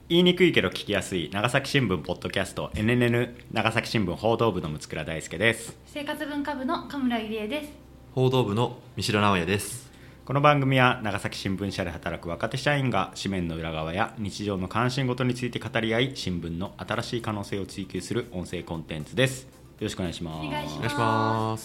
言いにくいけど聞きやすい長崎新聞ポッドキャスト NNN 長崎新聞報道部の六倉大輔です。 生活文化部の神村ゆりえです。 報道部の三城直也です。 この番組は長崎新聞社で働く若手社員が紙面の裏側や日常の関心事について語り合い、新聞の新しい可能性を追求する音声コンテンツです。よろしくお願いします。 お願いします。 お願いします。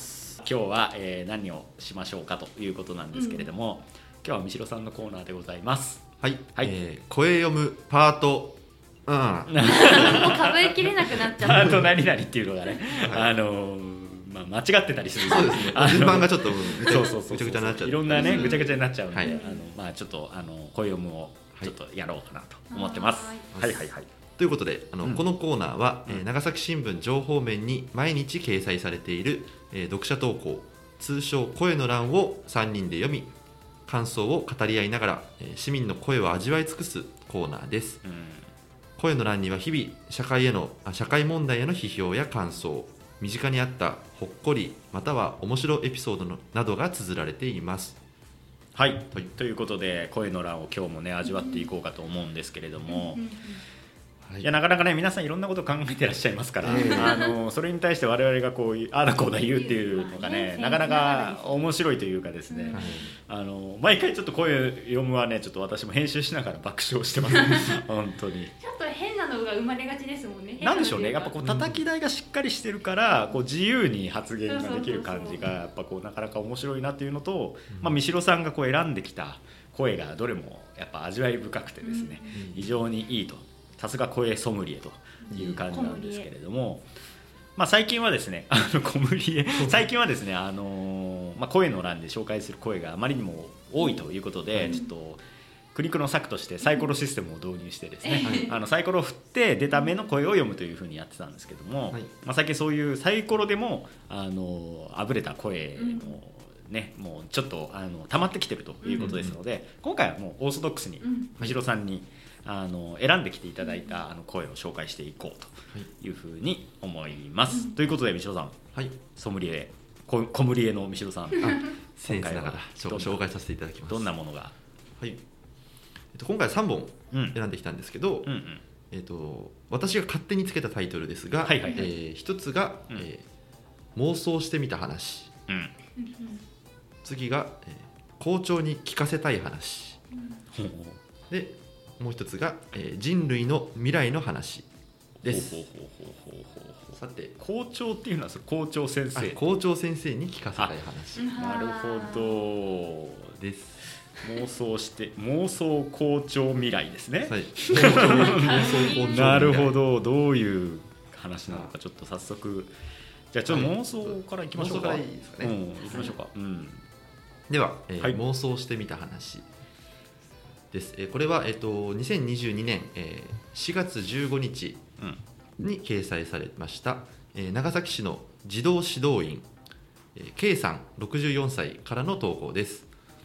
今日は、何をしましょうかということなんですけれども、今日は三城さんのコーナーでございます。 はい、 はい声読むパートもう数えきれなくなっちゃった。 パート何々っていうのがね、間違ってたりする。 そうですね。順番がちょっとぐちゃぐちゃになっちゃう。 いろんなねぐちゃぐちゃになっちゃうんで、 はいちょっと声読むをちょっとやろうかなと思ってます。はいはいはい。 ということでこのコーナーは、長崎新聞情報面に毎日掲載されている、読者投稿通称声の欄を3人で読み感想を語り合いながら、市民の声を味わい尽くすコーナーです。声の欄には日々社会問題への批評や感想、身近にあったほっこりまたは面白いエピソードなどが綴られています。 はい、ということで声の欄を今日もね味わっていこうかと思うんですけれども、いやなかなかね皆さんいろんなことを考えてらっしゃいますからそれに対して我々がこうああだこうだ言うっていうのがねなかなか面白いというかですね、毎回ちょっと声読むはねちょっと私も編集しながら爆笑してます本当にちょっと変なのが生まれがちですもんね。 なんでしょうね、やっぱこう叩き台がしっかりしてるからこう自由に発言ができる感じがやっぱこうなかなか面白いなっていうのと、三城さんがこう選んできた声がどれもやっぱ味わい深くてですね、非常にいいと、さすが声ソムリエという感じなんですけれども、最近はですねコムリエ最近はですね声の欄で紹介する声があまりにも多いということで、ちょっと苦肉の策としてサイコロシステムを導入してですね、サイコロを振って出た目の声を読むというふうにやってたんですけども、最近そういうサイコロでもあぶれた声のね、もうちょっと溜まってきてるということですので、今回はもうオーソドックスに三城さんに選んできていただいた声を紹介していこうというふうに思います。ということで三城さん、ソムリエコムリエの三城さん、 僭越ながら紹介させていただきます。 どんなものが、 今回3本選んできたんですけど、私が勝手につけたタイトルですが、一つが、妄想してみた話、次が、校長に聞かせたい話、でもう一つが、人類の未来の話です。さて校長っていうのは校長先生、 校長先生に聞かせたい話。 なるほどです。 妄想校長未来ですね。 なるほど、どういう話なのかちょっと早速じゃあちょっと妄想からいきましょうか。 妄想からいいですかね。 いきましょうか。 では、妄想してみた話です。これは、2022年、4月15日に掲載されました、長崎市の児童指導員、K さん64歳からの投稿です。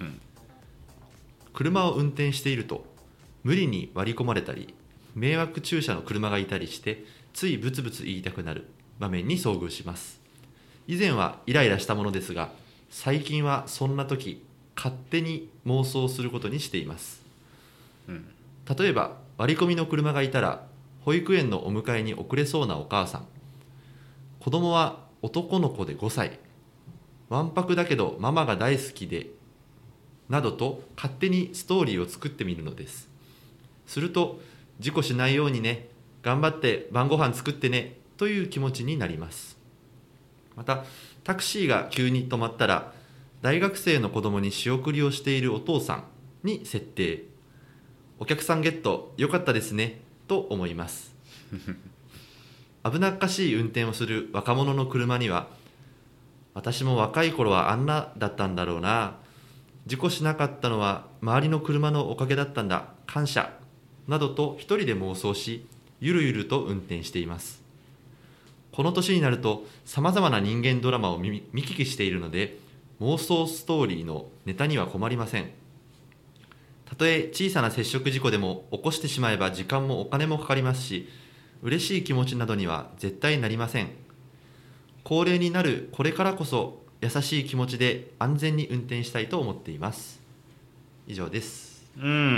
車を運転していると無理に割り込まれたり迷惑駐車の車がいたりしてついブツブツ言いたくなる場面に遭遇します。以前はイライラしたものですが最近はそんな時勝手に妄想することにしています。例えば割り込みの車がいたら保育園のお迎えに遅れそうなお母さん、子供は男の子で5歳、わんぱくだけどママが大好きでなどと勝手にストーリーを作ってみるのです。すると事故しないようにね、頑張って晩ご飯作ってねという気持ちになります。またタクシーが急に止まったら大学生の子供に仕送りをしているお父さんに設定、お客さんゲットよかったですねと思います。危なっかしい運転をする若者の車には私も若い頃はあんなだったんだろうな、事故しなかったのは周りの車のおかげだったんだ、感謝などと一人で妄想しゆるゆると運転しています。この年になるとさまざまな人間ドラマを見聞きしているので妄想ストーリーのネタには困りません。たとえ小さな接触事故でも起こしてしまえば時間もお金もかかりますし嬉しい気持ちなどには絶対なりません。高齢になるこれからこそ優しい気持ちで安全に運転したいと思っています。以上です。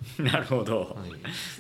なるほど、 はい、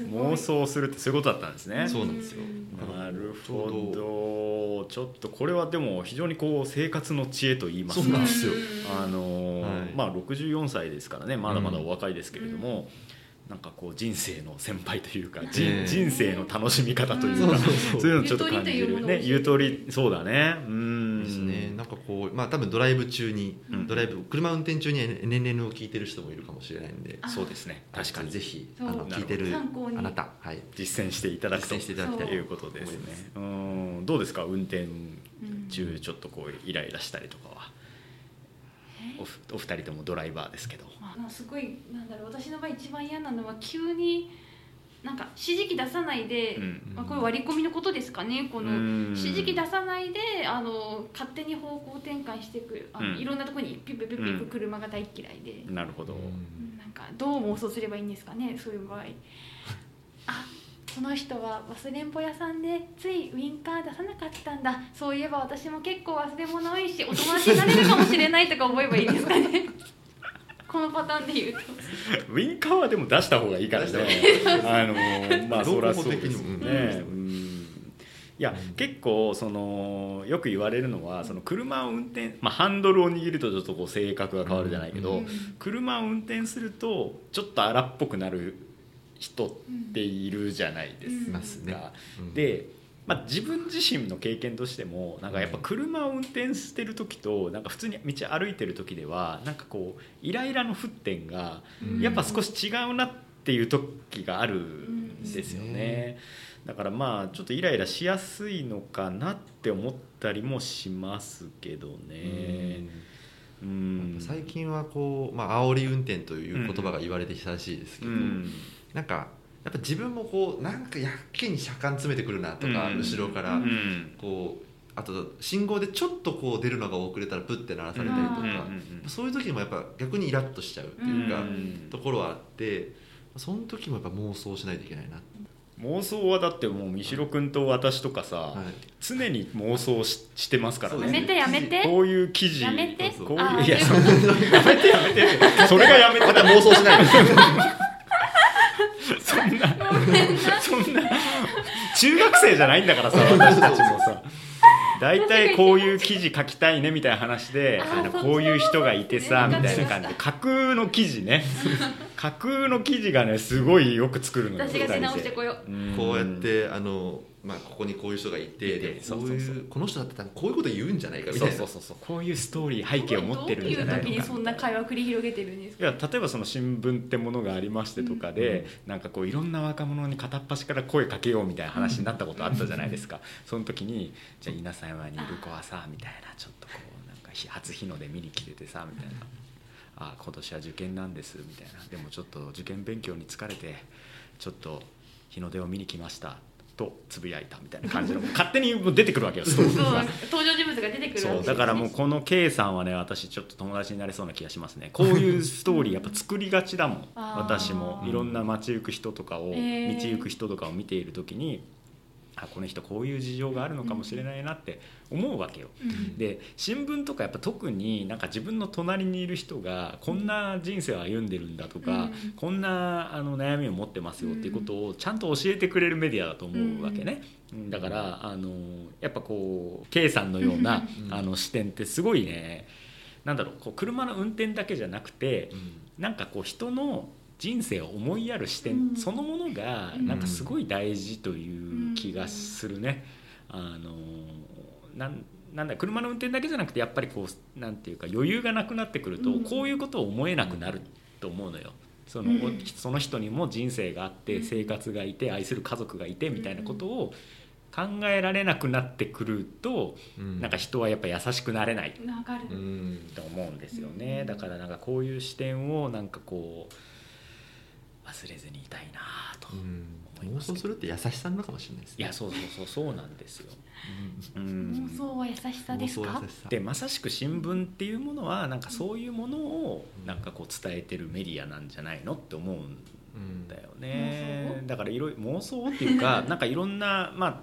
妄想するってそういうことだったんですね。 そうなんですよ。 なるほど。ちょっとこれはでも非常にこう生活の知恵と言いますか、 そうなんですよ。 まあ64歳ですからね、まだまだお若いですけれども、なんかこう人生の先輩というか、人生の楽しみ方というか、そういうのをちょっと感じるね。ゆとり、そうだね。 ですね。なんかこう、まあ多分ドライブ中に、車運転中に NNN を聞いてる人もいるかもしれないんで、 そうですね。確かにぜひ聞いてるあなた、はい、 実践していただくということですね。どうですか、運転中ちょっとこうイライラしたりとかは。お二人ともドライバーですけど、 すごいなんだろう、私の場合一番嫌なのは急になんか指示器出さないで、これ割り込みのことですかね、この指示器出さないで勝手に方向転換していく、いろんなところにピュッピュッピュッピュッ行く車が大嫌いで、 なるほど、 なんかどう妄想すればいいんですかね、そういう場合。この人は忘れんぼ屋さんでついウインカー出さなかったんだ、そういえば私も結構忘れ物多いしお友達になれるかもしれないとか思えばいいですかねこのパターンで言うとウインカーはでも出した方がいいからねまあそりゃそうですよね。いや、結構よく言われるのは、車を運転、ハンドルを握るとちょっとこう性格が変わるじゃないけど、車を運転するとちょっと荒っぽくなる人っているじゃないですか。で、自分自身の経験としてもなんかやっぱ車を運転してる時となんか普通に道歩いてる時ではなんかこうイライラの沸点がやっぱ少し違うなっていう時があるんですよね。だからちょっとイライラしやすいのかなって思ったりもしますけどね。 最近はこう、煽り運転という言葉が言われてきたらしいですけど、なんかやっぱ自分もこうなんかやけに車間詰めてくるなとか、後ろからこうあと信号でちょっとこう出るのが遅れたらプッて鳴らされたりとか、そういう時もやっぱ逆にイラッとしちゃうっていうか、ところはあって、その時もやっぱ妄想しないといけないな。 妄想はだってもう三代君と私とかさ、常に妄想 してますからね。 やめてこういう記事やめて、 こういうやめてそれがやめて、 また妄想しないそんな中学生じゃないんだからさ、私たちもさ大体こういう記事書きたいねみたいな話でこういう人がいてさみたいな感じで架空の記事ね架空の記事がねすごいよく作るのよ。 私が手直してこよう。 こうやってここにこういう人がいて、この人だったらこういうこと言うんじゃないかみたいな、 そうこういうストーリー背景を持ってるんじゃないのか。 どういう時にそんな会話を繰り広げてるんですか。 いや、例えばその新聞ってものがありましてとかで、なんかこういろんな若者に片っ端から声かけようみたいな話になったことあったじゃないですか。その時にじゃあ稲佐山にいる子はさみたいな、ちょっとこうなんか初日の出見に来ててさみたいな、今年は受験なんですみたいな、でもちょっと受験勉強に疲れてちょっと日の出を見に来ましたとつぶやいたみたいな感じの勝手に出てくるわけよ、ストーリーが。 登場人物が出てくるわけですね。 そうだからもうこの K さんはね、私ちょっと友達になれそうな気がしますね。こういうストーリーやっぱ作りがちだもん私もいろんな街行く人とかを、道行く人とかを見ている時に、この人こういう事情があるのかもしれないなって思うわけよ。で新聞とかやっぱ特になんか自分の隣にいる人がこんな人生を歩んでるんだとか、こんな悩みを持ってますよっていうことをちゃんと教えてくれるメディアだと思うわけね。だからやっぱこう K さんのような視点ってすごいね、なんだろう、こう車の運転だけじゃなくて、なんかこう人の人生を思いやる視点そのものがなんかすごい大事という気がするね。なんだ、車の運転だけじゃなくてやっぱりこうなんていうか余裕がなくなってくるとこういうことを思えなくなると思うのよ。その人にも人生があって生活がいて愛する家族がいてみたいなことを考えられなくなってくると、なんか人はやっぱ優しくなれないと思うんですよね。だからなんかこういう視点をなんかこう忘れずにいたいなと思います。 妄想するって優しさなのかもしれないですね。 いや、そうなんですよ。 妄想は優しさですか。 でまさしく新聞っていうものはなんかそういうものをなんかこう伝えてるメディアなんじゃないのって思うんだよね。だから妄想っていうかなんかいろんな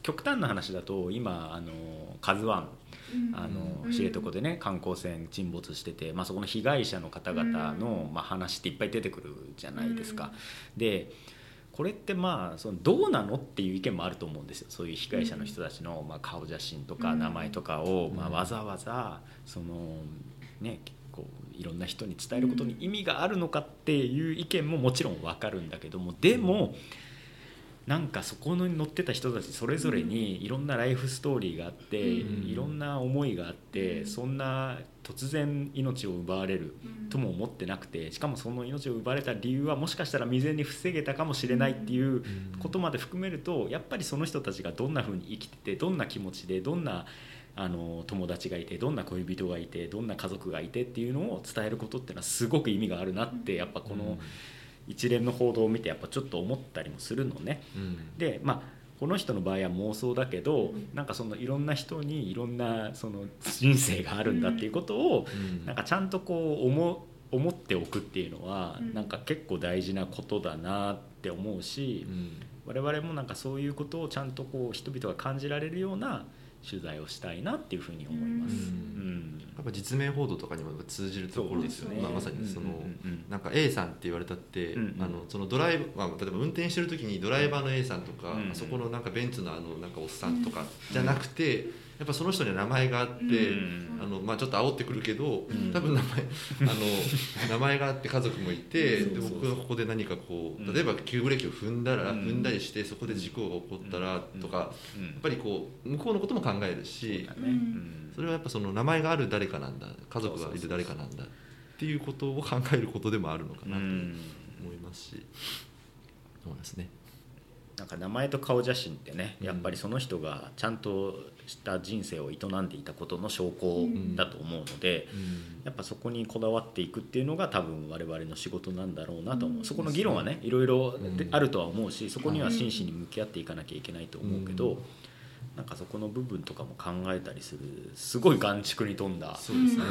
極端な話だと今カズワン知床でね観光船沈没してて、そこの被害者の方々の、話っていっぱい出てくるじゃないですか。でこれってそのどうなのっていう意見もあると思うんですよ。そういう被害者の人たちの、顔写真とか名前とかを、わざわざそのねこういろんな人に伝えることに意味があるのかっていう意見ももちろん分かるんだけども、でもなんかそこに乗ってた人たちそれぞれにいろんなライフストーリーがあって、いろんな思いがあって、そんな突然命を奪われるとも思ってなくて、しかもその命を奪われた理由はもしかしたら未然に防げたかもしれないっていうことまで含めると、やっぱりその人たちがどんな風に生きてて、どんな気持ちで、どんな友達がいて、どんな恋人がいて、どんな家族がいてっていうのを伝えることっていうのはすごく意味があるなって、やっぱこの一連の報道を見てやっぱちょっと思ったりもするのね。でこの人の場合は妄想だけど、なんかそのいろんな人にいろんなその人生があるんだっていうことをなんかちゃんとこう思っておくっていうのはなんか結構大事なことだなって思うし、我々もなんかそういうことをちゃんとこう人々が感じられるような取材をしたいなっていうふうに思います。 やっぱ実名報道とかにも通じるところですよね。まさにそのなんか A さんって言われたって、そのドライバー、例えば運転してる時にドライバーの A さんとか、そこのなんかベンツのなんかおっさんとかじゃなくて、やっぱその人には名前があって、ちょっと煽ってくるけど、多分名前があって家族もいて、で僕がここで何かこう例えば急ブレーキを踏んだりしてそこで事故が起こったらとか、やっぱりこう向こうのことも考えるし、それはやっぱその名前がある誰かなんだ、家族がいる誰かなんだっていうことを考えることでもあるのかなと思いますし、そうですね。 なんか名前と顔写真ってね、やっぱりその人がちゃんとした人生を営んでいたことの証拠だと思うので、やっぱそこにこだわっていくっていうのが多分我々の仕事なんだろうなと思う。そこの議論はねいろいろあるとは思うし、そこには真摯に向き合っていかなきゃいけないと思うけど、なんかそこの部分とかも考えたりする、すごい眼蓄に富んだ。 そうですね。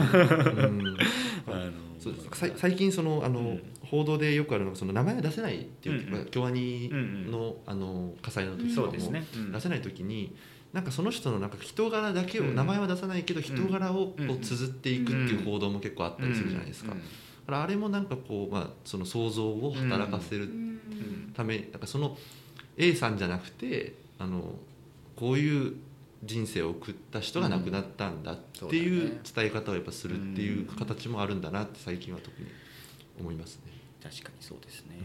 最近その報道でよくあるのが、その名前が出せないっていう、京アニの火災の時とかも出せない時に、なんかその人のなんか人柄だけを、名前は出さないけど人柄をこう綴っていくっていう報道も結構あったりするじゃないですか。だからあれもなんかこう、その想像を働かせるため、なんかその A さんじゃなくてこういう人生を送った人が亡くなったんだっていう伝え方をやっぱするっていう形もあるんだなって最近は特に思いますね。 確かにそうですね。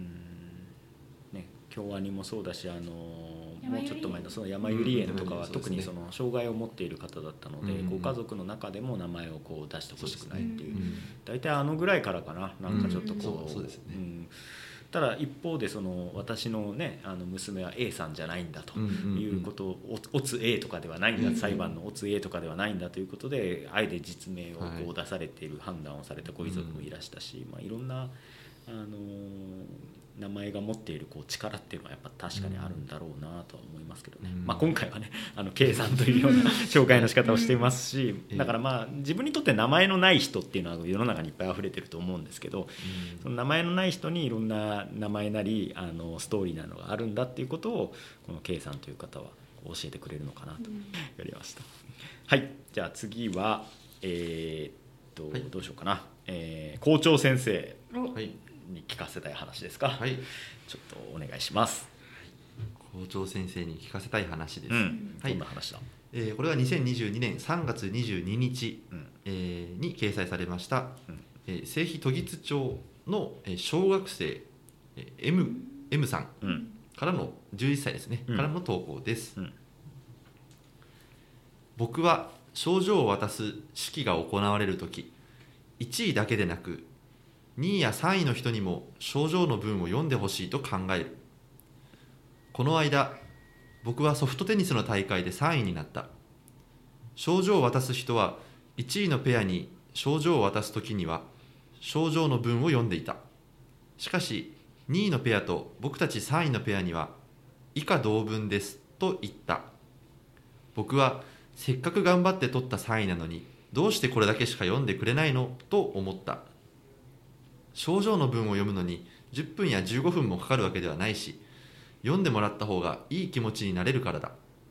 京アニもそうだし、もうちょっと前のその山百合園とかは特にその障害を持っている方だったので、ご家族の中でも名前をこう出してほしくないっていう、大体ぐらいからかな、なんかちょっとこう、 そうですね。 ただ一方でその私のね娘は A さんじゃないんだということを、オツ A とかではないんだ、裁判のオツ A とかではないんだということで、あえて実名をこう出されている、判断をされたご遺族もいらしたし、いろんな名前が持っているこう力っていうのはやっぱ確かにあるんだろうなとは思いますけどね。今回はねK さんというような紹介の仕方をしていますし、だから自分にとって名前のない人っていうのは世の中にいっぱい溢れてると思うんですけど、その名前のない人にいろんな名前なりストーリーなのがあるんだっていうことをこの K さんという方は教えてくれるのかなとやりました。はい、じゃあ次はどうしようかな、校長先生に聞かせたい話ですか。はい、ちょっとお願いします。 校長先生に聞かせたい話です。 どんな話だ。 これは2022年3月22日、に掲載されました、西肥都議津町の小学生 M さんからの11歳ですね、からの投稿です。僕は賞状を渡す式が行われるとき、1位だけでなく2位や3位の人にも賞状の文を読んでほしいと考える。この間、僕はソフトテニスの大会で3位になった。賞状を渡す人は1位のペアに賞状を渡すときには賞状の文を読んでいた。しかし2位のペアと僕たち3位のペアには以下同文ですと言った。僕はせっかく頑張って取った3位なのにどうしてこれだけしか読んでくれないのと思った。賞状の文を読むのに10分や15分もかかるわけではないし、読んでもらった方がいい気持ちになれるからだ。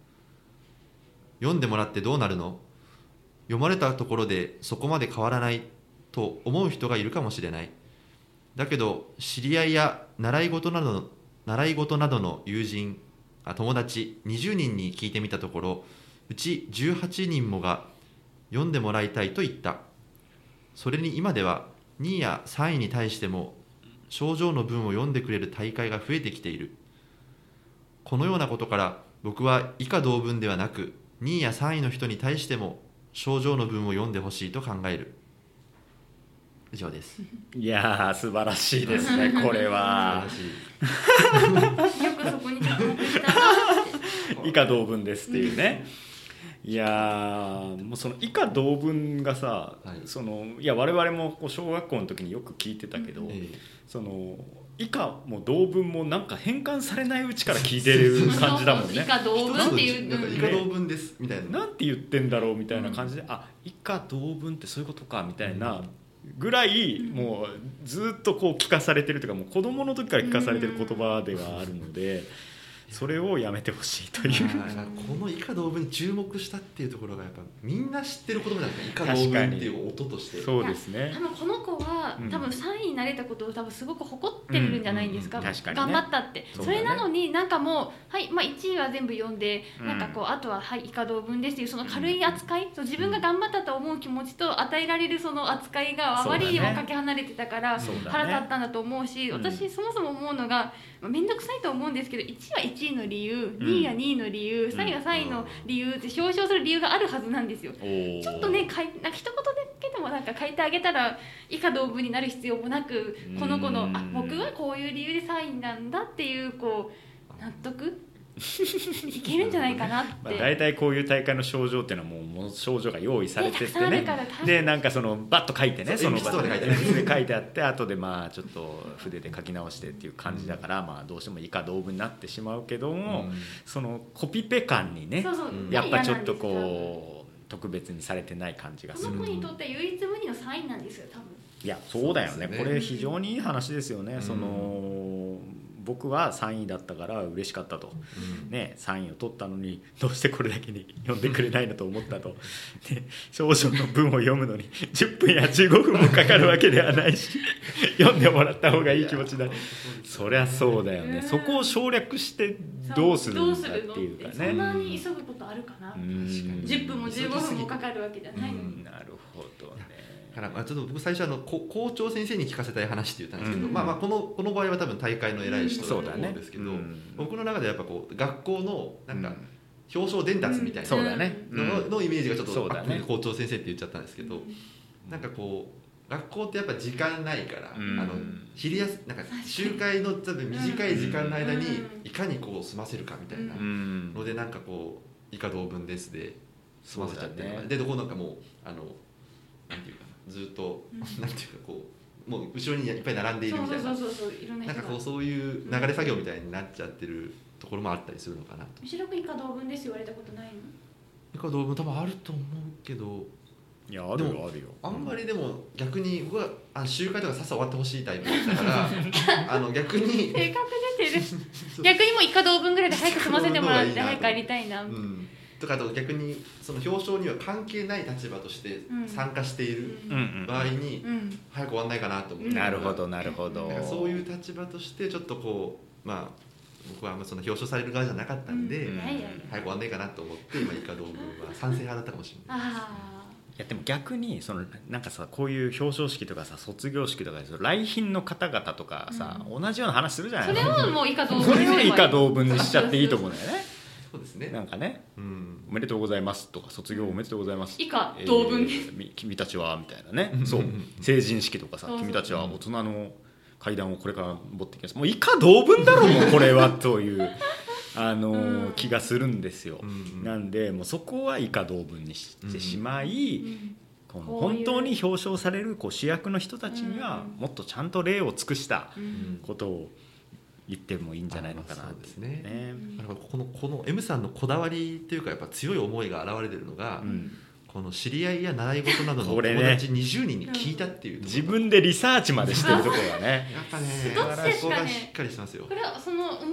読んでもらってどうなるの？読まれたところでそこまで変わらないと思う人がいるかもしれない。だけど知り合いや習い事などの友達20人に聞いてみたところ、うち18人もが読んでもらいたいと言った。それに今では2位や3位に対しても症状の文を読んでくれる大会が増えてきている。このようなことから僕は以下同文ではなく2位や3位の人に対しても症状の文を読んでほしいと考える。以上です。 いや素晴らしいですねこれは。 よくそこに着目したなって。 以下同文ですっていうね。いやもうその以下同文がさ、いや我々もこう小学校の時によく聞いてたけど、その以下も同文もなんか変換されないうちから聞いてる感じだもんね。 以下同文っていうなんか以下同文ですみたいな、 なんて言ってんだろうみたいな感じで、あ以下同文ってそういうことかみたいなぐらい、もうずっとこう聞かされてるというか、もう子供の時から聞かされてる言葉ではあるので、それをやめてほしいという。 この以下同文に注目したっていうところがやっぱみんな知ってる言葉なんですね。以下同文っていう音として。 そうですね。 多分この子は多分3位になれたことを多分すごく誇ってるんじゃないですか。 確かにね、 頑張ったって。それなのになんかもうはい、1位は全部読んで、なんかこうあとははい以下同文ですっていうその軽い扱い、自分が頑張ったと思う気持ちと与えられるその扱いがあまりにもかけ離れてたから腹立ったんだと思うし、私そもそも思うのが面倒くさいと思うんですけど、1位は1位の理由、2位は2位の理由、3位は3位の理由って表彰する理由があるはずなんですよ。ちょっとねなんか一言だけでもなんか書いてあげたら以下同文になる必要もなく、この子の僕はこういう理由で3位なんだっていうこう納得いけるんじゃないかなって。 大体こういう大会の賞状っていうのはもう賞状が用意されててね、でなんかそのバッと書いてね、その場で書いてあって、後でまあちょっと筆で書き直してっていう感じだから、まあどうしても以下同文になってしまうけども、そのコピペ感にねやっぱちょっとこう特別にされてない感じがする。 この子にとって唯一無二の3位なんですよ多分。 いやそうだよね、これ非常にいい話ですよね。その僕は3位だったから嬉しかったと、ね、3位を取ったのにどうしてこれだけに読んでくれないのと思ったと、で少々の文を読むのに10分や15分もかかるわけではないし読んでもらった方がいい気持ちだ。そりゃそうだよね、そこを省略してどうするんだっていうかね。 そんなに急ぐことあるかな。10分も15分もかかるわけじゃないのに。 なるほどね。 ちょっと僕最初校長先生に聞かせたい話って言ったんですけど、この場合は多分大会の偉い人だと思うんですけど、僕の中ではやっぱこう学校のなんか表彰伝達みたいなのイメージがちょっと校長先生って言っちゃったんですけど、なんかこう学校ってやっぱ時間ないから、昼休なんか集会の多分短い時間の間にいかにこう済ませるかみたいなので、なんかこう以下同文ですで済ませちゃってるので、どこなんかもうなんていうかずっと、なんていうかこうもう後ろにいっぱい並んでいるみたいな、なんかこうそういう流れ作業みたいになっちゃってるところもあったりするのかなと。 後ろく以下同文です言われたことないの？ 以下同文多分あると思うけど、 いやあるよあるよ。 あんまりでも逆に僕は集会とかさっさ終わってほしいタイプだったから逆に性格出てる逆にもう以下同文ぐらいで早く済ませてもらって早く帰りたいな、 とかあと逆にその表彰には関係ない立場として参加している場合に早く終わんないかなと思って、 なるほどなるほど。 そういう立場としてちょっとこう僕はその表彰される側じゃなかったんで、早く終わんないかなと思って今以下同文は賛成派だったかもしれない。 いやでも逆にそのなんかさ、こういう表彰式とかさ卒業式とか来賓の方々とかさ、同じような話するじゃない。 それをもう以下同文それを以下同文にしちゃっていいと思うんだよね。 そうですね。 なんかね、おめでとうございますとか卒業おめでとうございます、 以下同文君たちはみたいなね、そう成人式とかさ、君たちは大人の階段をこれから持っていきます、もう以下同文だろもうこれはという気がするんですよ。なんでもうそこは以下同文にしてしまい、この本当に表彰されるこう主役の人たちにはもっとちゃんと礼を尽くしたことを言ってもいいんじゃないのかなですね。 この M さんのこだわりというかやっぱ強い思いが現れてるのが、この知り合いや習い事などの友達20人に聞いたっていう、 自分でリサーチまでしてるところがねやっぱね、ここがしっかりしてますよ。 これはその思いなの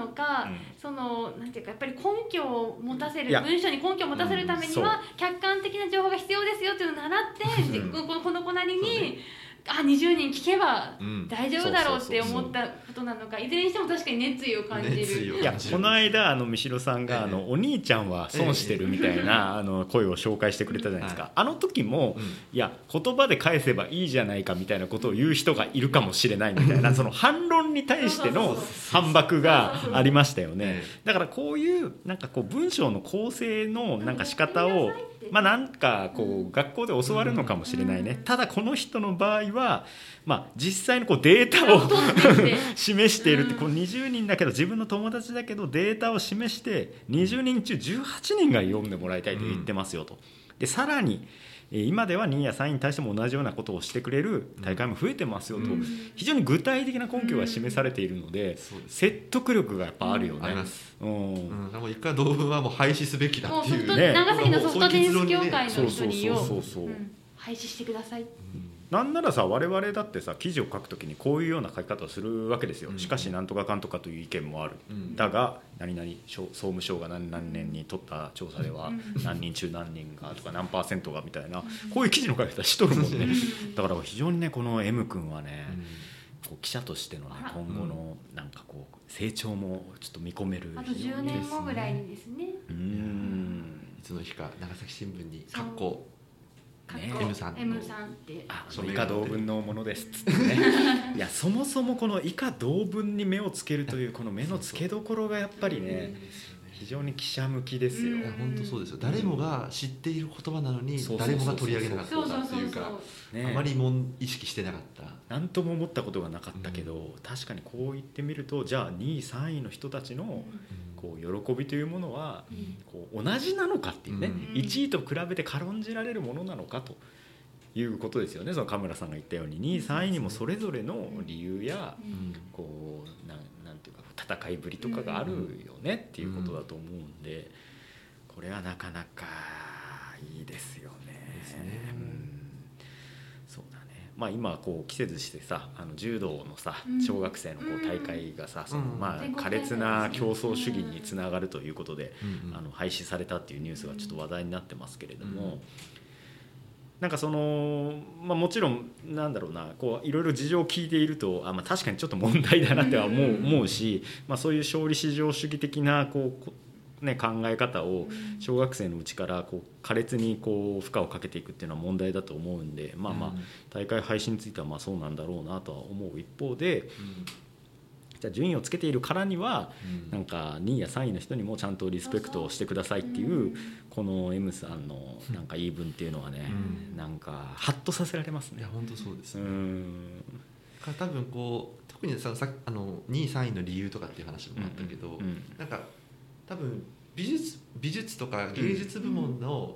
のか、そのなんていうかやっぱり根拠を持たせる、 いや文章に根拠を持たせるためには客観的な情報が必要ですよっていうのを習ってこの子なりに、20人聞けば大丈夫だろうって思ったことなのか、いずれにしても確かに熱意を感じる。 いやこの間三代さんがお兄ちゃんは損してるみたいな声を紹介してくれたじゃないですか。あの時もいや言葉で返せばいいじゃないかみたいなことを言う人がいるかもしれないみたいなその反論に対しての反駁がありましたよね。だからこういうなんかこう文章の構成のなんか仕方をなんかこう学校で教わるのかもしれないね。ただこの人の場合は実際のこうデータを示しているって、こう20人だけど自分の友達だけどデータを示して20人中18人が読んでもらいたいと言ってますよと。でさらに今では2位や3位に対しても同じようなことをしてくれる大会も増えてますよと、非常に具体的な根拠が示されているので、説得力がやっぱあるよね。 あります。もう以下同文はもう廃止すべきだっていう、 長崎のソフトテニス協会の人に廃止してください。 なんならさ我々だってさ記事を書くときにこういうような書き方をするわけですよ。しかしなんとかかんとかという意見もある、だが何々総務省が何年に取った調査では何人中何人がとか何%がみたいな、こういう記事の書き方しとるもんね。だから非常にねこの M 君はね、こう記者としてのね今後のなんかこう成長もちょっと見込める。 あと10年後ぐらいにですね。 いつの日か長崎新聞に括弧M さんって以下同文のものですっつってねいやそもそもこの以下同文に目をつけるというこの目のつけどころがやっぱりね非常に記者向きですよ。 本当そうですよ。誰もが知っている言葉なのに誰もが取り上げなかったっていうか、あまりも意識してなかった。 何とも思ったことがなかったけど、確かにこう言ってみるとじゃあ2位3位の人たちのこう喜びというものはこう同じなのかっていうね、1位と比べて軽んじられるものなのかということですよね。その神村さんが言ったように2位3位にもそれぞれの理由やこうなんていうか戦いぶりとかがあるよねっていうことだと思うんで、これはなかなかいいですよね。そうだね。今こう季節してさ柔道のさ小学生のこう大会がさ苛烈な競争主義につながるということで廃止されたっていうニュースがちょっと話題になってますけれども、なんかそのもちろんなんだろうなこういろいろ事情を聞いていると確かにちょっと問題だなっては思うし、そういう勝利至上主義的なこうね、考え方を小学生のうちからこう苛烈にこう負荷をかけていくっていうのは問題だと思うんで、大会廃止についてはそうなんだろうなとは思う一方で、じゃあ順位をつけているからにはなんか2位や3位の人にもちゃんとリスペクトをしてくださいっていうこの M さんのなんか言い分っていうのはね、なんかハッとさせられますね。 いや本当そうですね。多分こう特にさ2位3位の理由とかっていう話もあったけど、なんか多分美術とか芸術部門の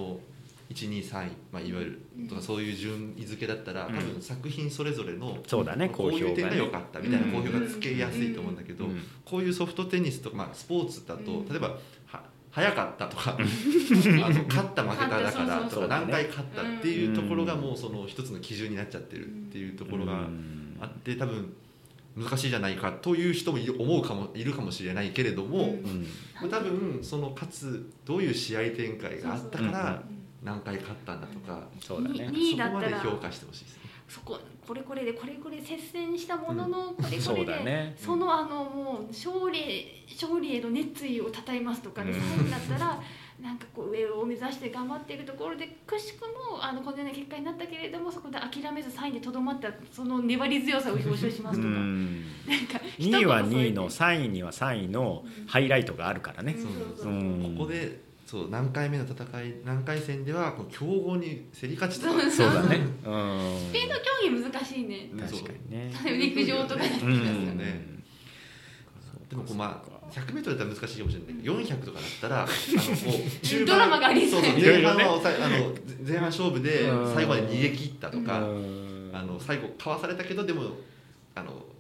1、2、3位、いわゆるとかそういう順位付けだったら、多分作品それぞれのこういう点が良かったみたいな好評がつけやすいと思うんだけど、こういうソフトテニスとか、スポーツだと例えば早かったとか勝った負けただからとか何回勝ったっていうところがもうその一つの基準になっちゃってるっていうところがあって、多分難しいじゃないかという人もいるかもしれないけれども、多分その勝つどういう試合展開があったから何回勝ったんだとか、 そうだね、 2位だったらそこまで評価してほしいですね。 これこれ接戦したもののこれこれでそのもう勝利への熱意をたたえますとかで3位だったらなんかこう上を目指して頑張っているところでくしくもこのような結果になったけれども、そこで諦めず3位でとどまったその粘り強さを表彰しますとか、なんか 2位は2位の3位には3位のハイライトがあるからね。 ここで何回目の戦い何回戦では強豪に競り勝ちとか、 そうだね。 スピード競技難しいね。 確かにね。 陸上とかだったらね。でも100m だったら難しいかもしれないけど、400とかだったらドラマがありそう。 前半勝負で最後まで逃げ切ったとか、最後かわされたけどでも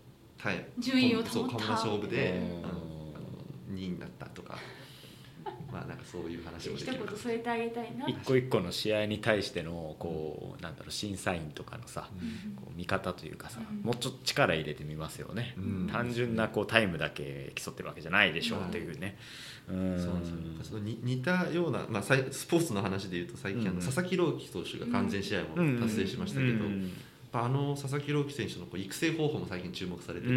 順位を保った勝負で2位になったとか、 まあなんかそういう話もで一きるか言添えてあげたいな。 一個一個の試合に対してのこうなんだろう審査員とかのさ、 うんこう見方というかさ、 うんもうちょっと力入れてみますよね、 うん単純なこうタイムだけ競ってるわけじゃないでしょうっていうね、 そうなんですよ。その似たような、まあ、スポーツの話でいうと最近うん佐々木朗希投手が完全試合も達成しましたけど、やっぱ佐々木朗希選手のこう育成方法も最近注目されてて、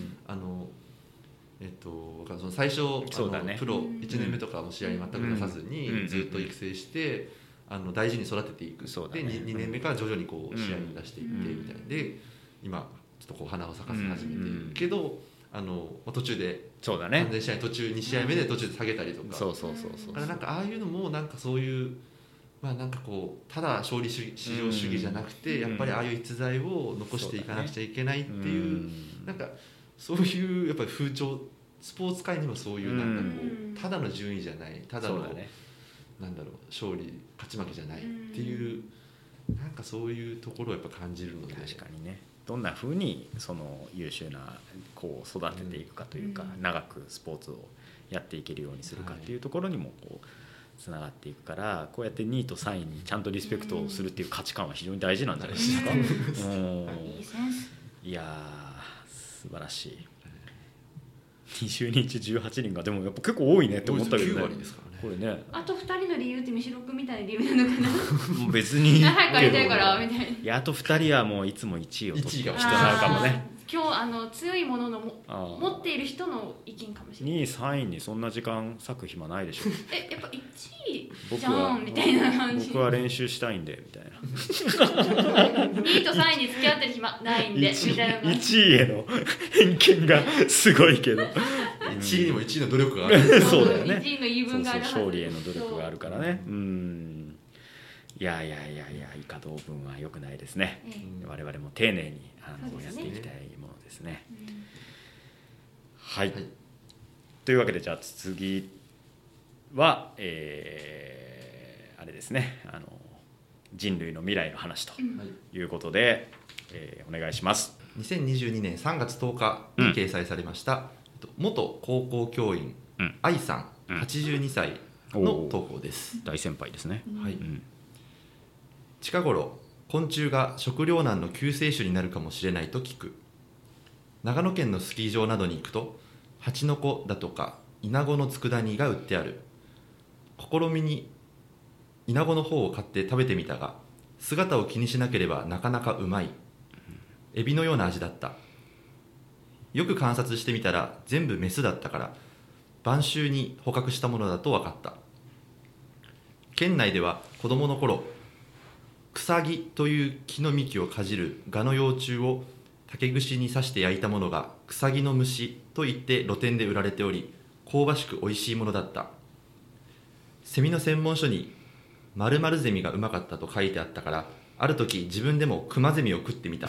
その最初そうだねプロ1年目とかの試合に全く出さずにずっと育成して大事に育てていく、 そうだねで 2年目から徐々にこう試合に出していってみたいなで今ちょっとこう花を咲かせ始めているけど、途中でそうだね完全試合途中2試合目で途中で下げたりとか、 そうなんかああいうのもなんかそういうまあなんかこうただ勝利至上主義じゃなくて、やっぱりああいう逸材を残していかなくちゃいけないっていうなんかそういうやっぱり風潮スポーツ界にもそういうなんかこうただの順位じゃないただのなんだろう勝ち負けじゃないっていうなんかそういうところをやっぱ感じるので、 確かにねどんな風にその優秀な子を育てていくかというか、長くスポーツをやっていけるようにするかっていうところにもこうつながっていくから、こうやって2位と3位にちゃんとリスペクトをするっていう価値観は非常に大事なんじゃないですか。 いいセンス。 いやー素晴らしい。20人中18人がでもやっぱ結構多いねって思ったけどね。 9割ですからね。 これね。 あと2人の理由って三代君みたいな理由なのかな。 もう別に早くやりたいからみたいな。 いやあと2人はもういつも1位を取ってる 1位が人なのかもね。 今日強いものの持っている人の意見かもしれない。 2位3位にそんな時間割く暇ないでしょ。 やっぱ1位じゃんみたいな感じ。 僕は練習したいんでみたいな。 2位と3位に付き合ってる暇ないんでみたいな感じ。 1位への偏見がすごいけど 1位にも1位の努力がある。 そうだよね。 1位の言い分があるはず。 勝利への努力があるからね。いや以下同文は良くないですね。我々も丁寧にやっていきたいものですね。はい。というわけでじゃあ次はあれですね。人類の未来の話ということで、お願いします。 2022年3月10日に掲載されました、元高校教員、愛さん82歳の投稿です。 大先輩ですね。 はい。近頃昆虫が食糧難の救世主になるかもしれないと聞く。長野県のスキー場などに行くとハチノコだとかイナゴの佃煮が売ってある。試みにイナゴの方を買って食べてみたが姿を気にしなければなかなかうまい。エビのような味だった。よく観察してみたら全部メスだったから晩秋に捕獲したものだと分かった。県内では子供の頃クサギという木の幹をかじるガの幼虫を竹串に刺して焼いたものがクサギの蒸しといって露店で売られており香ばしく美味しいものだった。セミの専門書に〇〇ゼミがうまかったと書いてあったからある時自分でもクマゼミを食ってみた。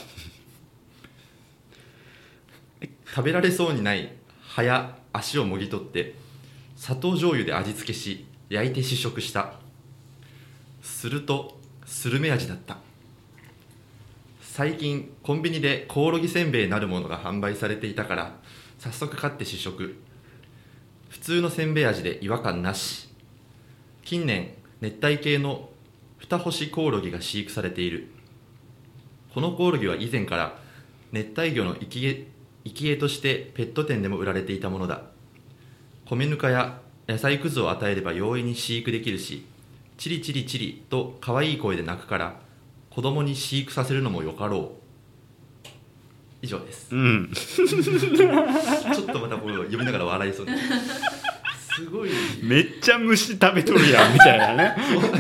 食べられそうにない葉や足をもぎ取って砂糖醤油で味付けし焼いて試食した。するとスルメ味だった。最近コンビニでコオロギせんべいなるものが販売されていたから早速買って試食。普通のせんべい味で違和感なし。近年熱帯系の二星コオロギが飼育されている。このコオロギは以前から熱帯魚の生き餌としてペット店でも売られていたものだ。米ぬかや野菜くずを与えれば容易に飼育できるしチリチリチリと可愛い声で鳴くから子供に飼育させるのもよかろう。以上です。ちょっとまたこう読みながら笑いそうです。すごいめっちゃ虫食べとるやんみたいなね。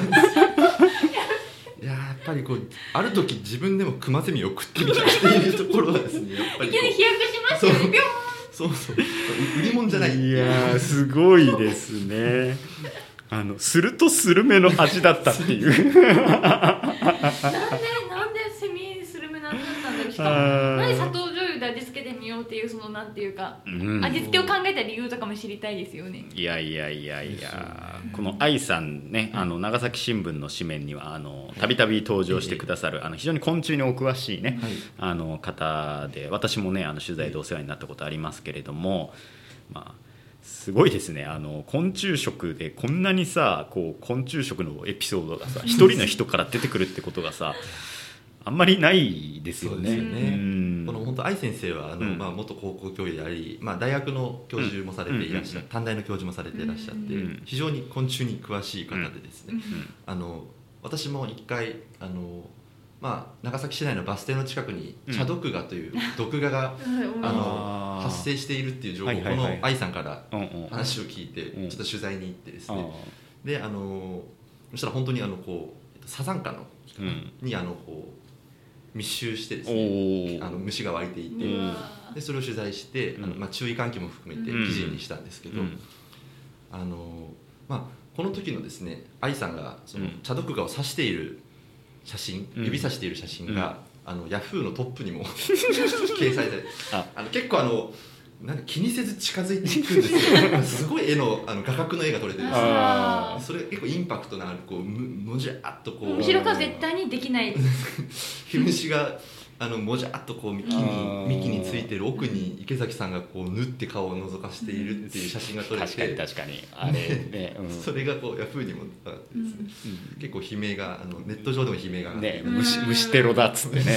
いややっぱりこうある時自分でもクマゼミを食ってみたっていうところはですねやっぱりいきなり飛躍しましたよね。 そう売り物じゃない。 いやすごいですね。するとスルメの味だったっていうなんでセミスルメなんだったんだろう。しかもなんで砂糖醤油で味付けてみようっていうそのなんていうか、味付けを考えた理由とかも知りたいですよね。 いやこの愛さんね長崎新聞の紙面にはたびたび登場してくださる非常に昆虫にお詳しいね、方で私もね取材でお世話になったことありますけれども、 すごいですね。昆虫食でこんなにさこう昆虫食のエピソードがさ一人の人から出てくるってことがさあんまりないですよね。 そうですよね。 うんこの本当愛先生はうん元高校教諭であり、大学の教授もされていらっしゃる、短大の教授もされていらっしゃって、 うん非常に昆虫に詳しい方でですね、私も一回長崎市内のバス停の近くに茶毒蛾という毒蛾が、 あー発生しているっていう情報をはいはいはいこの愛さんからうんうん話を聞いてうんちょっと取材に行ってですあね、でそしたら本当にこうサザンカのーうんにこう密集してですおねー虫が湧いていて、 うんでそれを取材してうん注意喚起も含めてうん記事にしたんですけど、 うんこの時のですね愛さんがその茶毒蛾を指している写真、 うん指さしている写真が、ヤフーのトップにも掲載されて結構なんか気にせず近づいていくんですよすごい画角の絵が撮れてるんですよ。 あそれ結構インパクトのあるこうもじゃっとこう後ろから絶対にできない毛虫がもじゃっとこう幹あーについてる奥に池崎さんがこう縫って顔を覗かしているっていう写真が撮れ確かにて、 確かにあれね、うんそれがこうヤフーにもあってですね、結構悲鳴がネット上でも悲鳴が上がってね虫テロだっつってね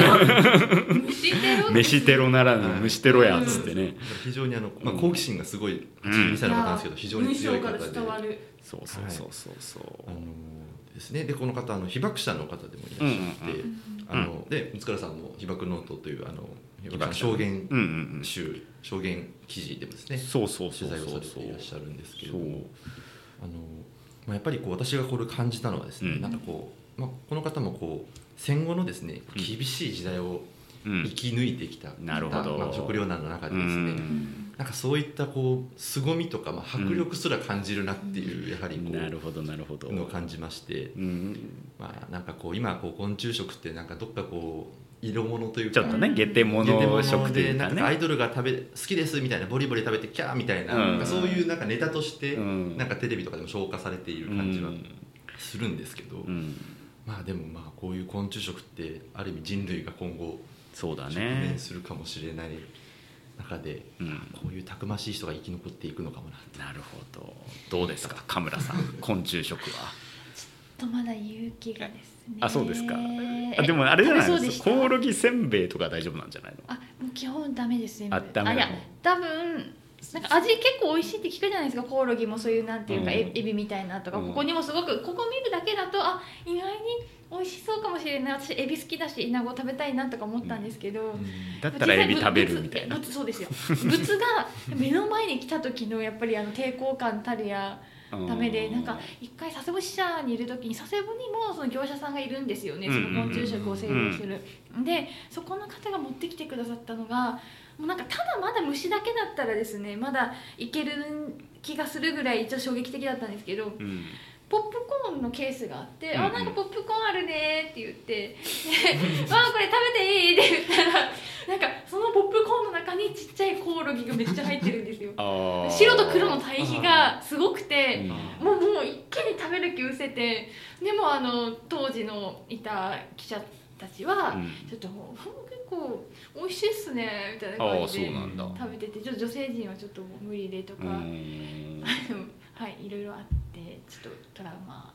虫飯テロならぬ虫テロやっつってね、 非常に好奇心がすごい82歳の方なんですけど非常に強い方で、 文章から伝わるそうそうそうそうそう、 ですね、でこの方被爆者の方でもいらっしゃって、で三倉さんも被爆ノートという被爆者の証言うんうんうん集、証言記事でもですねそうそうそう取材そうをされていらっしゃるんですけれどそうも、やっぱりこう私がこれ感じたのはですね、 うんなんかこう、この方もこう戦後のですね厳しい時代をうん生き抜いてきた、 なるほど食糧難の中でですね、 うんなんかそういったこう凄みとか、迫力すら感じるなっていう、やはりこなるほどなるほどうのを感じまして、 うんなんかこう今こう昆虫食ってなんかどっかこう色物というかちょっとね下手ゲテモ物食ノっていうかでなんかアイねドルが好きですみたいなボリボリ食べてキャーみたいな、なんかそういうなんかネタとしてうんなんかテレビとかでも消化されている感じはするんですけど、 うんでもこういう昆虫食ってある意味人類が今後そうだ直ね面するかもしれない中で、 うんこういうたくましい人が生き残っていくのかもな。 なるほどどうですか神村さん昆虫食はとまだ勇気がですねあそうですかでもあれじゃないで食べそうでしたすコオロギせんべいとか大丈夫なんじゃないのあもう基本ダメです全部ダメなのいや多分なんか味結構美味しいって聞くじゃないですかコオロギもそういうなんていうか、 うんエビみたいなとか、 うんここにもすごくここ見るだけだと意外に美味しそうかもしれない私エビ好きだしイナゴ食べたいなとか思ったんですけど、 だったらエビ食べるみたいなそうですよ物が目の前に来た時のやっぱり抵抗感たるやダメでなんか一回佐世保支社にいる時に佐世保にもその業者さんがいるんですよね、その昆虫食を製造する、でそこの方が持ってきてくださったのがもうなんかただまだ虫だけだったらですねまだいける気がするぐらいちょっと衝撃的だったんですけど、 うんポップコーンのケースがあって「 うんうんなんかポップコーンあるね」って言ってで「これ食べていい?」って言ったらなんかそのポップコーンの中にちっちゃいコオロギがめっちゃ入ってるんですよ白と黒の対比がすごくてもう一気に食べる気失せてでも当時のいた記者たちはちょっと結構美味しいっすねみたいな感じで食べててちょっと女性陣はちょっと無理でとかはいいろいろあってちょっとトラウマ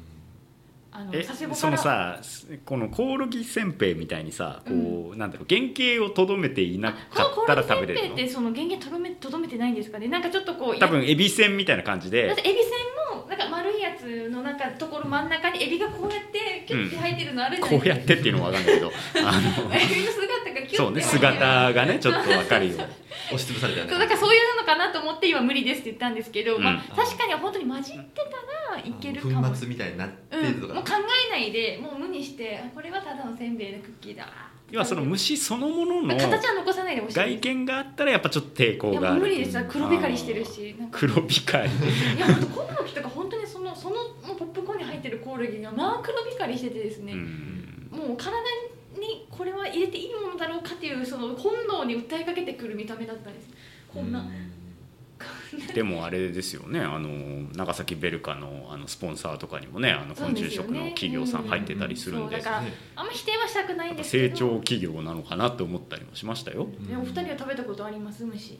そのさこのコオロギせんべいみたいにさこう、なんだろう原型をとどめていなかったら食べれるの？ コオロギせんべいってその原型とどめてないんですかね。なんかちょっとこう多分エビせんみたいな感じでだってエビせんもなんか丸いやつのなんかところ真ん中にエビがこうやってキュッて入ってるのあるじゃないですか、 こうやってっていうのは分かんないけどエビの姿がキュッてそうね姿がねちょっと分かるよ押しつぶされたよね。 だからそういうのかなと思って今無理ですって言ったんですけど、 うん確かに本当に混じってたらいけるかも。 粉末みたいになってるとか、 もう考えないでもう無にしてこれはただのせんべいのクッキーだ。 要はその虫そのものの形は残さないでほしい。 外見があったらやっぱちょっと抵抗いやがある。 もう無理です。黒光りしてるし。なんか黒光り。 いや本当コオロギとか本当にそのもうポップコーンに入ってるコオロギが黒光りしててですね、もう体にこれは入れていいものだろうかっていうその本能に訴えかけてくる見た目だったんです。こんな。 でもあれですよね長崎ベルカのスポンサーとかにもね昆虫食の企業さん入ってたりするんでだからあんま否定はしたくないんですけど成長企業なのかなって思ったりもしましたよ。 お二人は食べたことあります虫？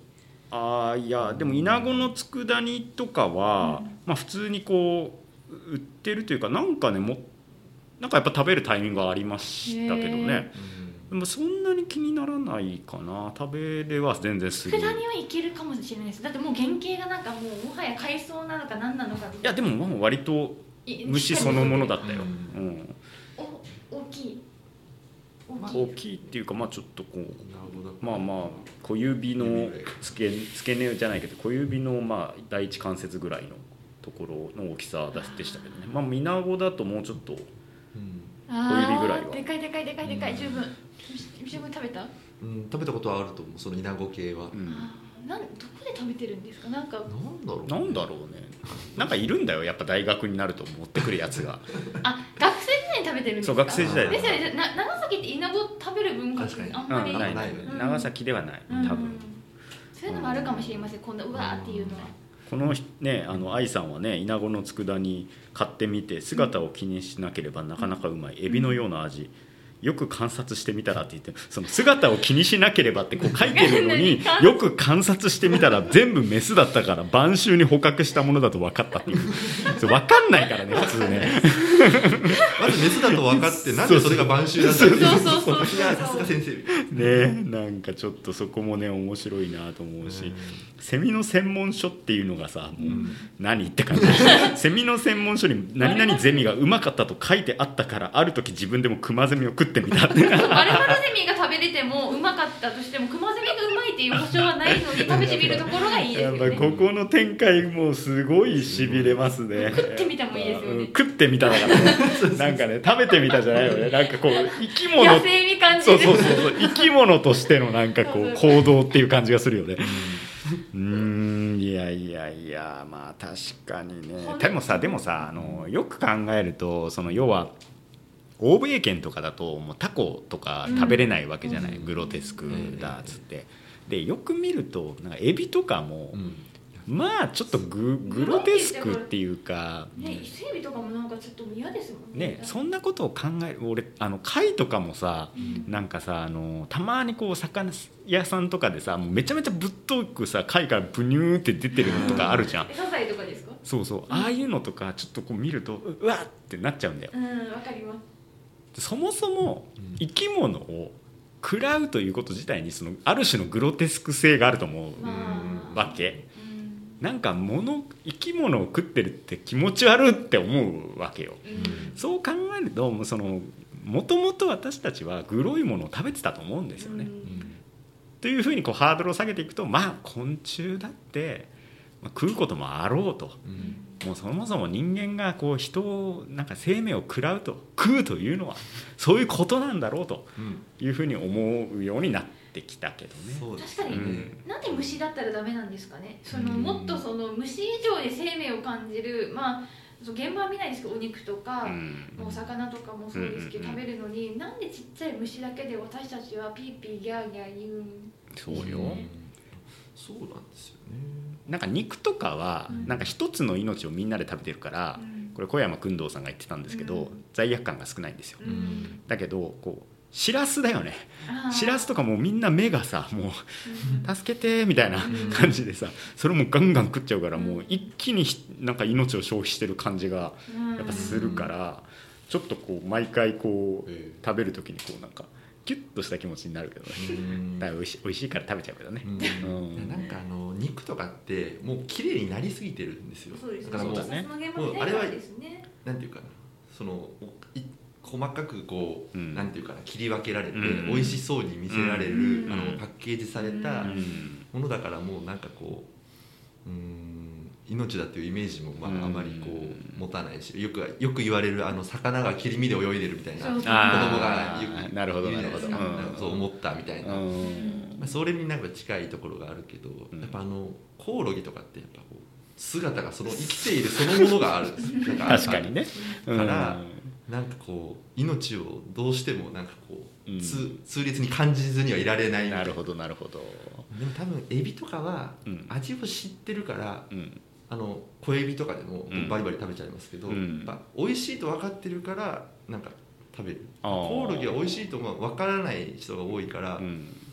いやでもイナゴの佃煮とかは、まあ、普通にこう売ってるというかなんかねなんかやっぱ食べるタイミングがありましたけどね。でもそんなに気にならないかな。食べれは全然する。 佃煮はいけるかもしれないです。だってもう原型がなんかもはや海藻なのか何なのか。いやでももう割と虫そのものだったよ。 大きい大きいっていうかまあちょっとこうまあ小指の付け根じゃないけど小指のまあ第一関節ぐらいのところの大きさでしたけどね。まあミナゴだともうちょっと小指ぐらいはでかい十分食べた？ 食べたことはあると思う、そのイナゴ系は。 どこで食べてるんですか？なんだろうね。なんかいるんだよやっぱ大学になると持ってくるやつが。 学生時代に食べてるんですか？ そう学生時代ですよね。長崎ってイナゴ食べる文化ってあんまりない。長崎ではない多分。 そういうのもあるかもしれません。こんなうわーっていうのは。 このね愛さんはねイナゴの佃煮買ってみて姿を気にしなければなかなかうまいエビのような味。よく観察してみたらって言ってその姿を気にしなければってこう書いてるのによく観察してみたら全部メスだったから晩秋に捕獲したものだと分かったっていう分かんないからね普通ねまずメスだと分かってなんでそれが晩秋なんだってそうさすが先生ね。なんかちょっとそこもね面白いなと思うしセミの専門書っていうのがさもう何って感じセミの専門書に何々ゼミがうまかったと書いてあったからある時自分でもクマゼミを食ってみたって丸々ゼミが食べれてもうまかったとしてもクマゼミがうまいっていう保証はないのに食べてみるところがいいですよね。 やっぱここの展開もすごいしびれますね。 食ってみたもいいですよね。 食ってみただからねなんかね食べてみたじゃないよね。なんかこう生き物野生味感じる。 そう生き物としてのなんかこう行動っていう感じがするよね。いやまあ確かにね。でもさよく考えるとその要は欧米圏とかだともうタコとか食べれないわけじゃない、グロテスクだっつって、でよく見るとなんかエビとかも、まあちょっとグロテスクっていうか、 伊勢エビとかもなんかちょっと嫌ですもんね。そんなことを考える俺貝とかもさ、なんかさたまにこう魚屋さんとかでさもうめちゃめちゃぶっとくさ貝からブニューって出てるのとかあるじゃん。 サザエとかですか？ そうああいうのとかちょっとこう見るとうわってなっちゃうんだよ。 わかります。 そもそも生き物を食らうということ自体にそのある種のグロテスク性があると思うわけ。なんか生き物を食ってるって気持ち悪って思うわけよ。そう考えるともともと私たちはグロいものを食べてたと思うんですよね。というふうにこうハードルを下げていくとまあ昆虫だって、食うこともあろうと。もうそもそも人間がこう人をなんか生命を食うというのはそういうことなんだろうというふうに思うようになってきたけどね。 確かに、なんで虫だったらダメなんですかね。もっと虫以上で生命を感じる現場は見ないですけどお肉とか、お魚とかもそうですけど、食べるのになんでちっちゃい虫だけで私たちはピーピーギャーギャー言うんですかね。そうよ。 そうなんですよね。 なんか肉とかはなんか一つの命をみんなで食べてるから、これ小山薫堂さんが言ってたんですけど、罪悪感が少ないんですよ。だけどこうシラスだよね。シラスとかもうみんな目がさもう助けてみたいな感じでさ、それもガンガン食っちゃうからもう一気になんか命を消費してる感じがやっぱするから、ちょっとこう毎回こう食べる時にこうなんかキュッとした気持ちになるけどね。だから美味しいから食べちゃうけどね。 なんか肉とかってもう綺麗になりすぎてるんですよ。だからもうあれはなんていうかな、細かくこう、なんていうかな切り分けられて美味しそうに見せられるパッケージされたものだからもうなんかこう命だっていうイメージもあまりこう持たないし、よく言われる魚が切り身で泳いでるみたいな子供がなるほどそう思ったみたいな、それになんか近いところがあるけど、やっぱコオロギとかってやっぱこう姿が生きているそのものがあるんですよ。 確かにね。 からなんかこう命をどうしてもなんかこう痛烈に感じずにはいられない。 なるほどなるほど。 でも多分エビとかは味を知ってるから、小エビとかでもバリバリ食べちゃいますけど、やっぱ美味しいと分かってるからなんか食べる。コオロギは美味しいと分からない人が多いから、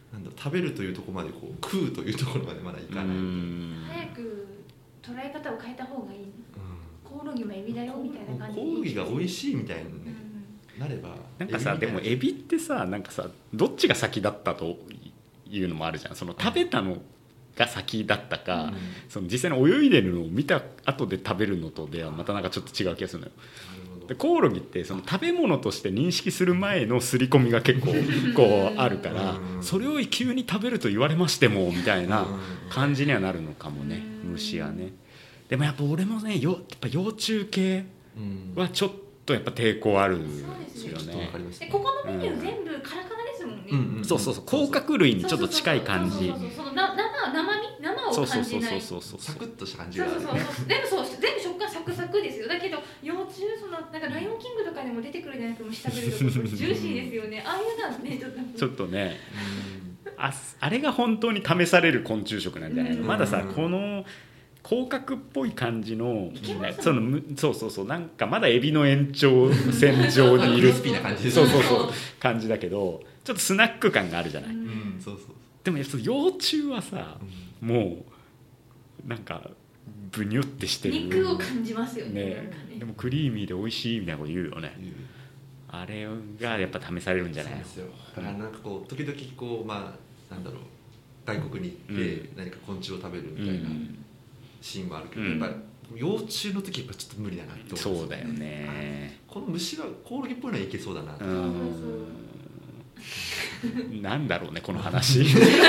なんだろう、食べるというところまでこう食うというところまでまだいかないみたいな。 早く捉え方を変えた方がいい、コオロギもエビだよみたいな感じでコオロギが美味しいみたいなね、なればなんかさ、でもエビってさ、なんかさ、どっちが先だったというのもあるじゃん。その食べたのが先だったか、その実際に泳いでるのを見た後で食べるのとではまたなんかちょっと違う気がするのよ。でコオロギってその食べ物として認識する前の刷り込みが結構こうあるから、それを急に食べると言われましてもみたいな感じにはなるのかもね、虫はね。でもやっぱ俺もね、やっぱ幼虫系はちょっとやっぱ抵抗あるんですよね。 ここのメニュー全部カラカラですもんね。 そうそうそう、甲殻類にちょっと近い感じ。 その生を感じない。 サクッとした感じがある。 全部食感サクサクですよ。だけど幼虫、そのなんかライオンキングとかでも出てくるじゃないですか、虫食べるとジューシーですよね。ああいうのはねちょっとね、あれが本当に試される昆虫食なんじゃないの。まださ、この甲殻っぽい感じのそうなんかまだエビの延長線上にいる感じだけど、ちょっとスナック感があるじゃない。でも幼虫はさ、もうなんかブニュってしてる、 肉を感じますよね。 でもクリーミーで美味しいみたいなこと言うよね。あれがやっぱ試されるんじゃないの。 だからなんかこう時々こう、まあなんだろう、外国に行って何か昆虫を食べるみたいなシーンもあるけど、やっぱり幼虫の時やっぱちょっと無理だなって思う。 そうだよね。 この虫はコオロギっぽいのはいけそうだな。 なんだろうねこの話。 盛り出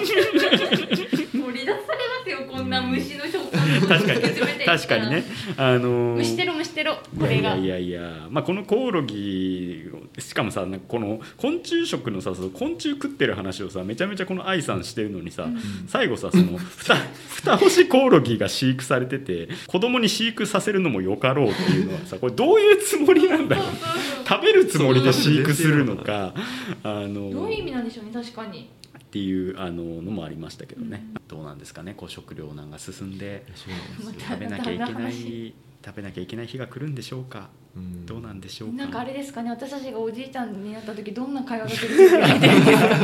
されますよ、こんな虫の食感。 確かにね。 虫テロこれが。 いや、まあこのコオロギ、しかもさ、なんかこの昆虫食のさ、昆虫食ってる話をさ、めちゃめちゃこの愛さんしてるのにさ、最後さ、その蓋干しコオロギが飼育されてて、子供に飼育させるのもよかろうっていうのはさ、これどういうつもりなんだろう。食べるつもりで飼育するのか、 どういう意味なんでしょうね、確かに。 っていうのもありましたけどね。どうなんですかね、こう食糧難が進んで食べなきゃいけない日が来るんでしょうか。どうなんでしょうか。 なんかあれですかね、私たちがおじいちゃんになった時どんな会話が出てくるかね。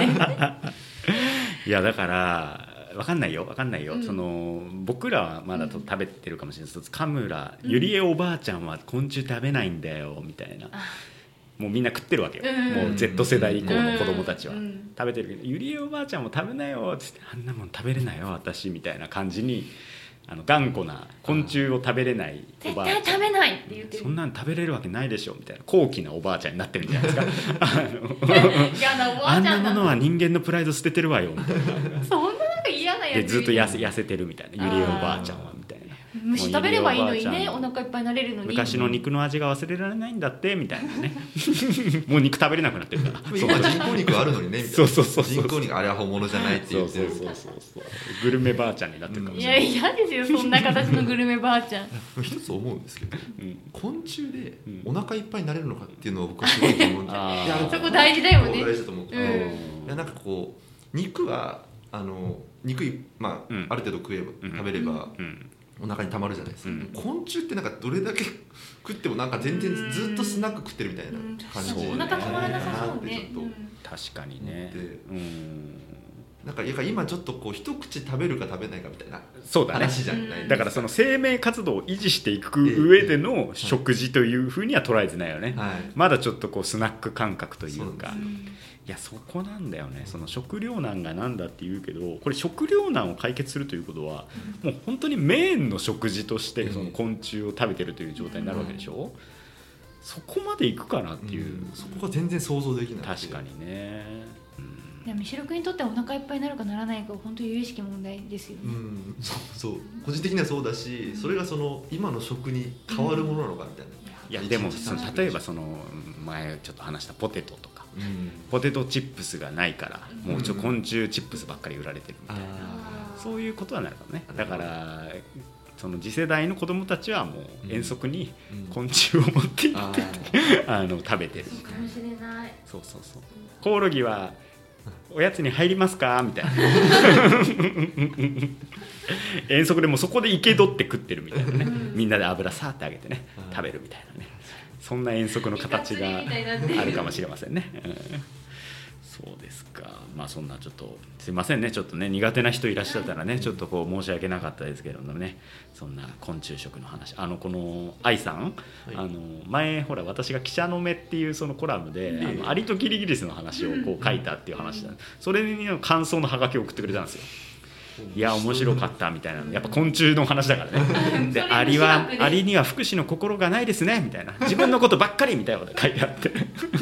いやだから分かんないよ、その僕らはまだ食べてるかもしれないです。カムラゆりえおばあちゃんは昆虫食べないんだよみたいな、もうみんな食ってるわけよ、もう Z 世代以降の子供たちは食べてるけど、ゆりえおばあちゃんも食べなよって言って、あんなもん食べれないよ私みたいな感じに、頑固な昆虫を食べれないおばあちゃん、 絶対食べないって言ってる、 そんなん食べれるわけないでしょみたいな高貴なおばあちゃんになってるんじゃないですか。 嫌なおばあんあちゃなんものは人間のプライド捨ててるわよみたいな。 そんななんか嫌なやつでずっと痩せてるみたいな、ゆりえおばあちゃんはみたいな。 虫食べればいいのにね、お腹いっぱいになれるのに。 昔の肉の味が忘れられないんだってみたいなね。もう肉食べれなくなってるから。 今人工肉あるのにねみたいな。そう人工肉あれは本物じゃないって言ってる。 そうグルメばあちゃんになってるかもしれない。 いや嫌ですよ、そんな形のグルメばあちゃん。 一つ思うんですけど、昆虫でお腹いっぱいになれるのかっていうのを僕はすごいと思うんですよ。 そこ大事だよね。 大事だと思う。いやなんかこう肉は肉まあある程度食べればお腹にたまるじゃないですか。昆虫ってなんかどれだけ食ってもなんか全然ずっとスナック食ってるみたいな感じ。 お腹たまらなさそうね。 確かにね。 なんか今ちょっとこう一口食べるか食べないかみたいな話じゃない。 だからその生命活動を維持していく上での食事というふうには捉えてないよね。まだちょっとこうスナック感覚というか。いやそこなんだよね。その食糧難がなんだって言うけど、これ食糧難を解決するということは、もう本当にメインの食事としてその昆虫を食べてるという状態になるわけでしょ。そこまでいくかなっていう、 そこが全然想像できない。 確かにね。 いや三代君にとってはお腹いっぱいになるかならないかは本当に有意識問題ですよね。 そう個人的にはそうだし、それがその今の食に変わるものなのかみたいな。 いやでも例えばその前ちょっと話したポテトとか、ポテトチップスがないからもう昆虫チップスばっかり売られてるみたいな、そういうことはなるかね。だからその次世代の子供たちはもう遠足に昆虫を持って行って食べてるかもしれない。 そうコオロギはおやつに入りますかみたいな。遠足でもそこで生け取って食ってるみたいなね。みんなで油さーってあげてね食べるみたいなね。そんな遠足の形があるかもしれませんね。 そうですか。まあそんなちょっとすいませんね、ちょっとね苦手な人いらっしゃったらね、ちょっとこう申し訳なかったですけれどもね、そんな昆虫食の話、この愛さん、前ほら私が記者の目っていうそのコラムで、アリとキリギリスの話をこう書いたっていう話だ、それに感想のハガキを送ってくれたんですよ。いや面白かったみたいな、やっぱ昆虫の話だからね。でアリには福祉の心がないですねみたいな、自分のことばっかりみたいなことが書いてあって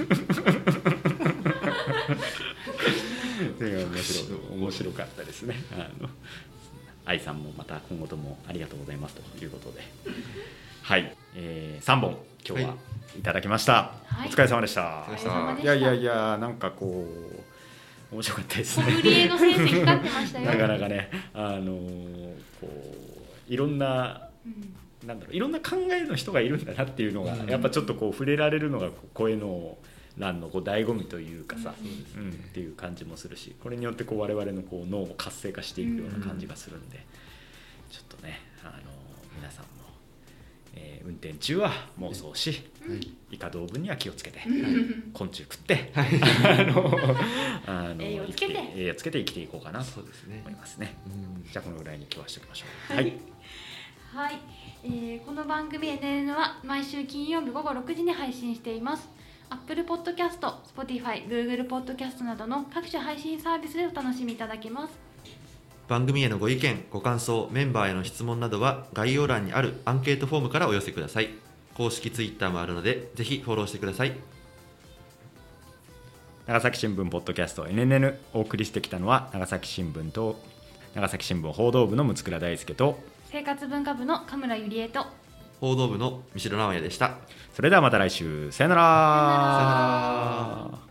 面白かったですね。愛さんもまた今後ともありがとうございますということで、はい、3本今日はいただきました。 はい、 お疲れ様でした。 お疲れ様でした。 いやなんかこう面白かったですね。 ソムリエの先生光ってましたよ。 なかなかね、こういろんな、なんだろう、いろんな考えの人がいるんだなっていうのが、やっぱちょっとこう触れられるのが声の欄のこう醍醐味というかさ、っていう感じもするし、これによってこう我々のこう脳を活性化していくような感じがするんで、ちょっとね皆さんも、運転中は妄想し、イカ同分には気をつけて、昆虫食って栄養つけて生きていこうかなと思いますね。じゃあこのぐらいに今日はしておきましょう。はい、 はい、この番組 NN は毎週金曜日午後6時に配信しています。Apple Podcast、Spotify、Google Podcast などの各種配信サービスでお楽しみいただけます。 番組へのご意見ご感想、メンバーへの質問などは概要欄にあるアンケートフォームからお寄せください。公式ツイッターもあるのでぜひフォローしてください。 長崎新聞ポッドキャスト NNN、 お送りしてきたのは長崎新聞報道部の六倉大輔と生活文化部の神村ゆりえと報道部の三代直也でした。 それではまた来週、さよなら。 さよなら。